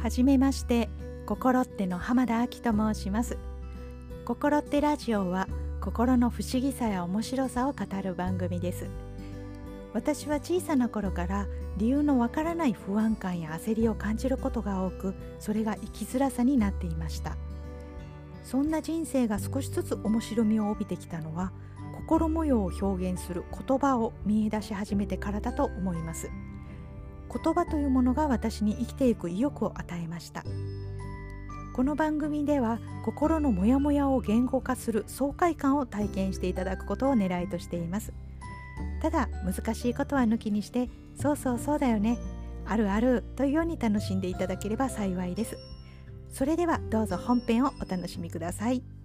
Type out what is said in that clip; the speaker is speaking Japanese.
はじめまして、心っての浜田亜希と申します。心ってラジオは心の不思議さや面白さを語る番組です。私は小さな頃から理由のわからない不安感や焦りを感じることが多く、それが生きづらさになっていました。そんな人生が少しずつ面白みを帯びてきたのは、心模様を表現する言葉を見出し始めてからだと思います。言葉というものが私に生きていく意欲を与えました。この番組では心のモヤモヤを言語化する爽快感を体験していただくことを狙いとしています。ただ難しいことは抜きにして、そうそうそうだよね、あるあるというように楽しんでいただければ幸いです。それではどうぞ本編をお楽しみください。